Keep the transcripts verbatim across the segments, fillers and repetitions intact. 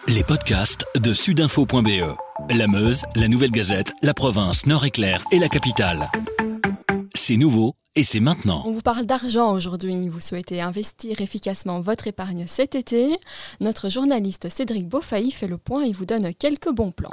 Les podcasts de sudinfo point b e. La Meuse, la Nouvelle Gazette, la province Nord-Éclair et la capitale. C'est nouveau et c'est maintenant. On vous parle d'argent aujourd'hui. Vous souhaitez investir efficacement votre épargne cet été. Notre journaliste Cédric Beaufailly fait le point et vous donne quelques bons plans.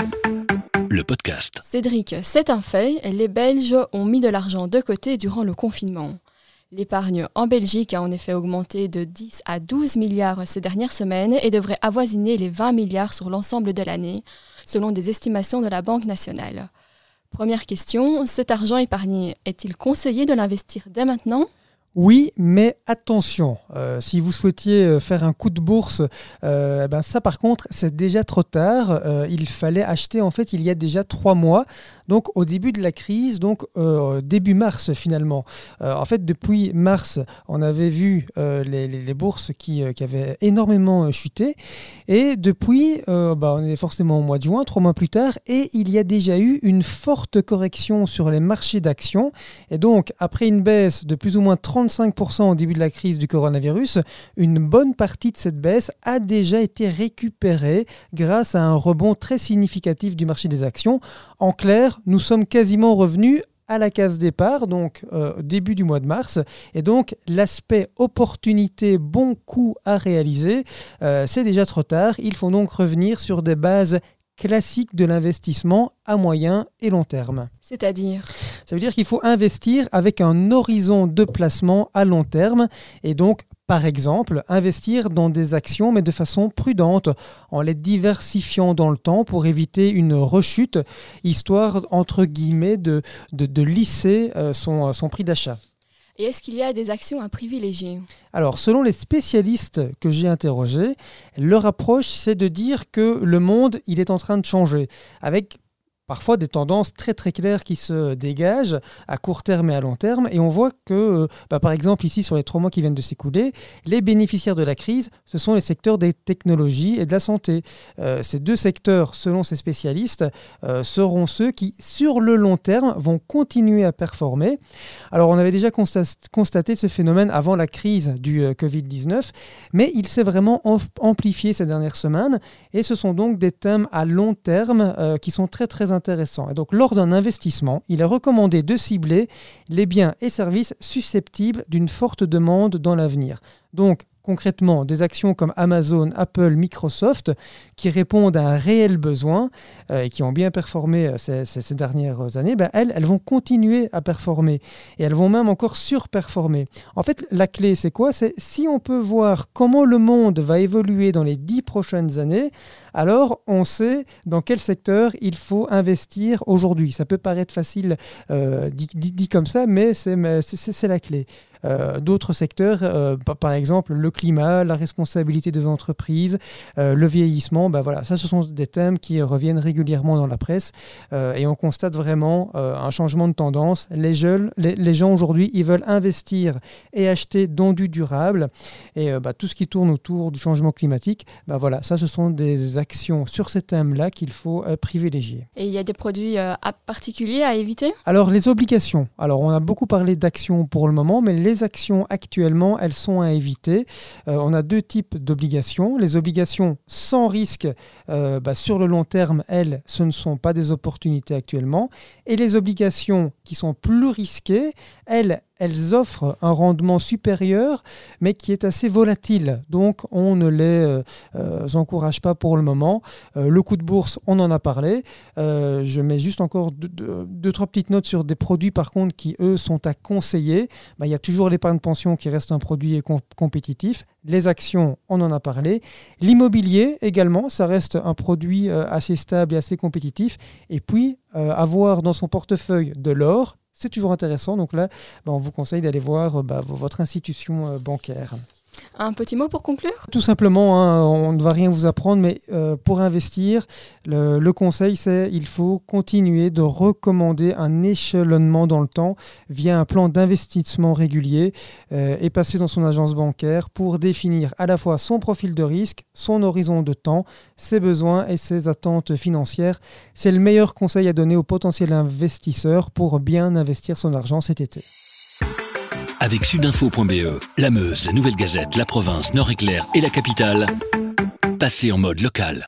Le podcast. Cédric, c'est un fait. Les Belges ont mis de l'argent de côté durant le confinement. L'épargne en Belgique a en effet augmenté de dix à douze milliards ces dernières semaines et devrait avoisiner les vingt milliards sur l'ensemble de l'année, selon des estimations de la Banque nationale. Première question, cet argent épargné, est-il conseillé de l'investir dès maintenant ? Oui, mais attention, euh, si vous souhaitiez faire un coup de bourse, euh, ben ça par contre c'est déjà trop tard. Euh, il fallait acheter en fait il y a déjà trois mois, donc au début de la crise, donc euh, début mars finalement. Euh, en fait depuis mars, on avait vu euh, les, les, les bourses qui, euh, qui avaient énormément chuté, et depuis, euh, ben, on est forcément au mois de juin, trois mois plus tard, et il y a déjà eu une forte correction sur les marchés d'actions, et donc après une baisse de plus ou moins trente trente-cinq pour cent au début de la crise du coronavirus, une bonne partie de cette baisse a déjà été récupérée grâce à un rebond très significatif du marché des actions. En clair, nous sommes quasiment revenus à la case départ, donc euh, début du mois de mars, et donc l'aspect opportunité, bon coup à réaliser, euh, c'est déjà trop tard. Il faut donc revenir sur des bases classique de l'investissement à moyen et long terme. C'est-à-dire ? Ça veut dire qu'il faut investir avec un horizon de placement à long terme et donc, par exemple, investir dans des actions mais de façon prudente en les diversifiant dans le temps pour éviter une rechute, histoire, entre guillemets, de, de, de lisser euh, son, son prix d'achat. Et est-ce qu'il y a des actions à privilégier ? Alors, selon les spécialistes que j'ai interrogés, leur approche, c'est de dire que le monde, il est en train de changer, avec parfois des tendances très très claires qui se dégagent à court terme et à long terme. Et on voit que, bah, par exemple, ici, sur les trois mois qui viennent de s'écouler, les bénéficiaires de la crise, ce sont les secteurs des technologies et de la santé. Euh, ces deux secteurs, selon ces spécialistes, euh, seront ceux qui, sur le long terme, vont continuer à performer. Alors, on avait déjà constat- constaté ce phénomène avant la crise du euh, covid dix-neuf, mais il s'est vraiment am- amplifié ces dernières semaines. Et ce sont donc des thèmes à long terme euh, qui sont très très intéressant. Et donc, lors d'un investissement, il est recommandé de cibler les biens et services susceptibles d'une forte demande dans l'avenir. Donc, concrètement, des actions comme Amazon, Apple, Microsoft, qui répondent à un réel besoin euh, et qui ont bien performé euh, ces, ces, ces dernières années, ben elles, elles vont continuer à performer et elles vont même encore surperformer. En fait, la clé, c'est quoi ? C'est si on peut voir comment le monde va évoluer dans les dix prochaines années, alors on sait dans quel secteur il faut investir aujourd'hui. Ça peut paraître facile euh, dit, dit, dit comme ça, mais c'est, c'est, c'est, c'est la clé. Euh, d'autres secteurs, euh, par exemple le climat, la responsabilité des entreprises, euh, le vieillissement, ben voilà, ça ce sont des thèmes qui reviennent régulièrement dans la presse euh, et on constate vraiment euh, un changement de tendance. Les jeunes, les, les gens aujourd'hui, ils veulent investir et acheter dans du durable et euh, ben, tout ce qui tourne autour du changement climatique, ben voilà, ça ce sont des actions sur ces thèmes-là qu'il faut euh, privilégier. Et il y a des produits euh, particuliers à éviter ? Alors les obligations, alors on a beaucoup parlé d'actions pour le moment, mais les Les actions actuellement, elles sont à éviter. Euh, on a deux types d'obligations. Les obligations sans risque, euh, bah, sur le long terme, elles, ce ne sont pas des opportunités actuellement. Et les obligations qui sont plus risquées, elles, elles offrent un rendement supérieur, mais qui est assez volatile. Donc, on ne les euh, euh, encourage pas pour le moment. Euh, le coup de bourse, on en a parlé. Euh, je mets juste encore deux, deux, deux, trois petites notes sur des produits, par contre, qui, eux, sont à conseiller. Bah, il y a toujours l'épargne pension qui reste un produit com- compétitif. Les actions, on en a parlé. L'immobilier, également, ça reste un produit euh, assez stable et assez compétitif. Et puis, euh, avoir dans son portefeuille de l'or, c'est toujours intéressant. Donc là, bah, on vous conseille d'aller voir bah, votre institution euh, bancaire. Un petit mot pour conclure ? Tout simplement, hein, on ne va rien vous apprendre, mais euh, pour investir, le, le conseil, c'est qu'il faut continuer de recommander un échelonnement dans le temps via un plan d'investissement régulier euh, et passer dans son agence bancaire pour définir à la fois son profil de risque, son horizon de temps, ses besoins et ses attentes financières. C'est le meilleur conseil à donner aux potentiels investisseurs pour bien investir son argent cet été. Avec sudinfo point b e, la Meuse, la Nouvelle Gazette, la province Nord-Éclair et la capitale, passez en mode local.